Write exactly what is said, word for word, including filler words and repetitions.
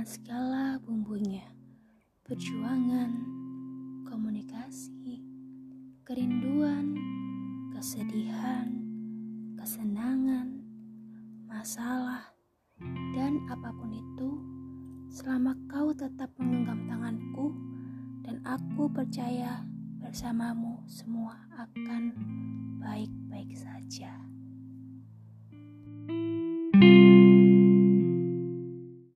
segala bumbunya, perjuangan, komunikasi, kerinduan, kesedihan, kesenangan, masalah, dan apapun itu, selama kau tetap menggenggam tanganku dan aku percaya bersamamu semua akan baik-baik saja.